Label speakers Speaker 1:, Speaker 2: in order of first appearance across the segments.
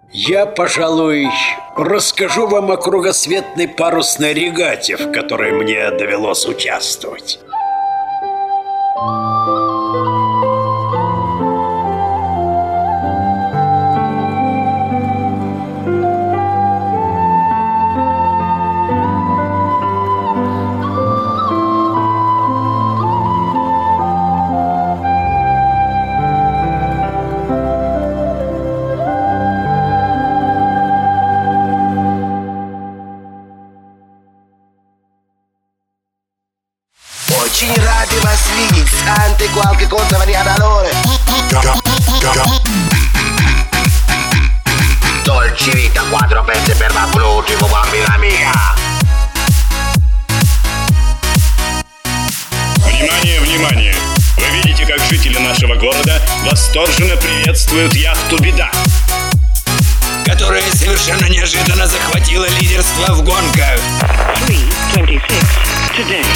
Speaker 1: Я, пожалуй, расскажу вам о кругосветной парусной регате, в которой мне довелось участвовать.
Speaker 2: Очень рады вас видеть. Ante qualche cosa varia valore. Dolce vita, 4 pezzi per l'ultimo, bambina mia.
Speaker 3: Внимание, внимание! Вы видите, как жители нашего города восторженно приветствуют яхту «Беда»,
Speaker 2: которая совершенно неожиданно захватила лидерство в гонках.
Speaker 4: 3:26 today.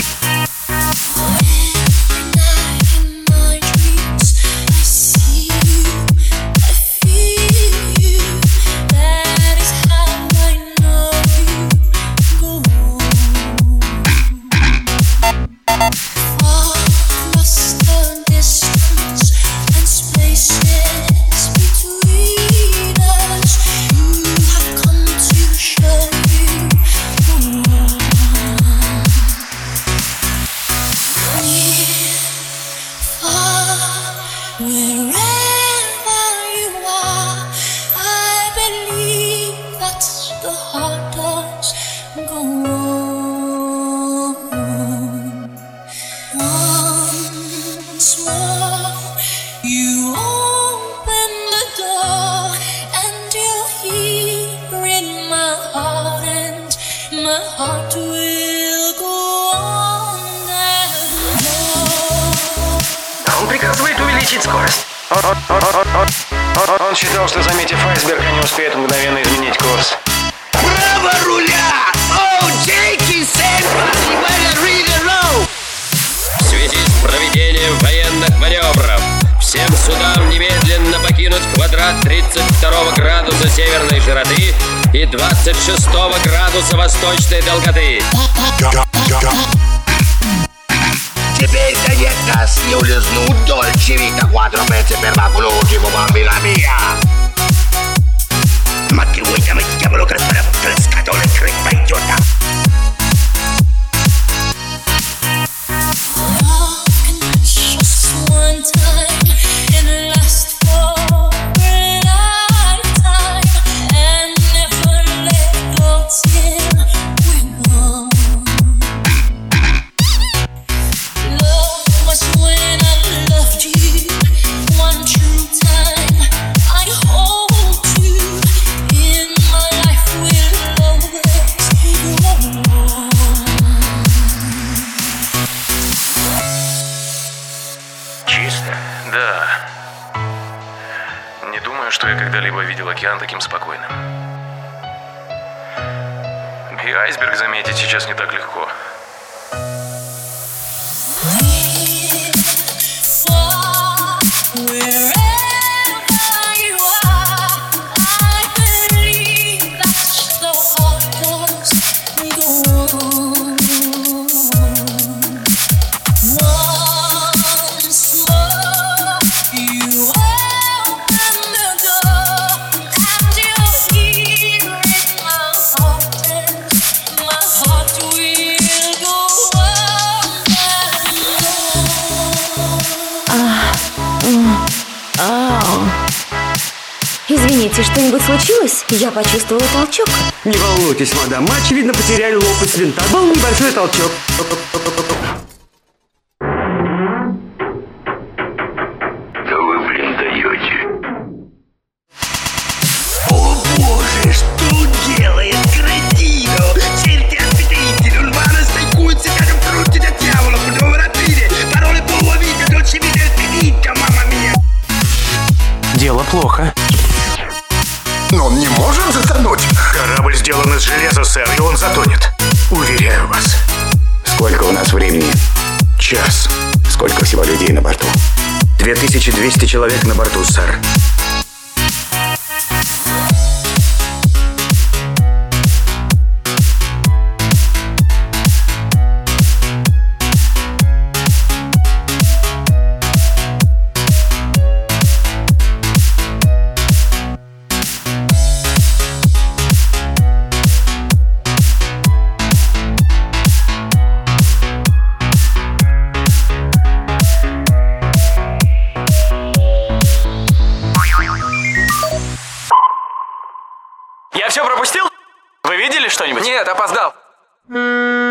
Speaker 5: Он приказывает увеличить скорость. Он считал, что, заметив айсберг, они успеют мгновенно изменить курс.
Speaker 2: Право руля! Оу, Джеки, Сэмпа,
Speaker 6: в связи с проведением военных маневров всем судам немедленно покинуть квадрат 32 градуса северной широты и 26 градуса восточной долготы.
Speaker 2: Теперь дает нас не улизнуть. Dolce vita, 4 pezzi per l'ultimo, bambina mia. Ma che vuoi che mettiamo lo crepare tre scatole e crepa idiota?
Speaker 5: Чисто? Да. Не думаю, что я когда-либо видел океан таким спокойным. И айсберг заметить сейчас не так легко.
Speaker 7: Извините, что-нибудь случилось? Я почувствовала толчок.
Speaker 8: Не волнуйтесь, мадам, мы, очевидно, потеряли лопасть винта. Был небольшой толчок.
Speaker 2: Да вы, блин, даете. О боже, что делает Кретино? Certi appetiti non vanno a stecuzzi che non frutti da diavolo. Potevo rapire parole buone vita, dolce vita e finita, mamma mia.
Speaker 5: Дело плохо.
Speaker 2: Но он не может затонуть.
Speaker 5: Корабль сделан из железа, сэр, и он затонет. Уверяю вас.
Speaker 9: Сколько у нас времени?
Speaker 5: Час.
Speaker 9: Сколько всего людей на борту?
Speaker 8: 2200 человек на борту, сэр.
Speaker 10: Я все пропустил? Вы видели что-нибудь?
Speaker 11: Нет, опоздал.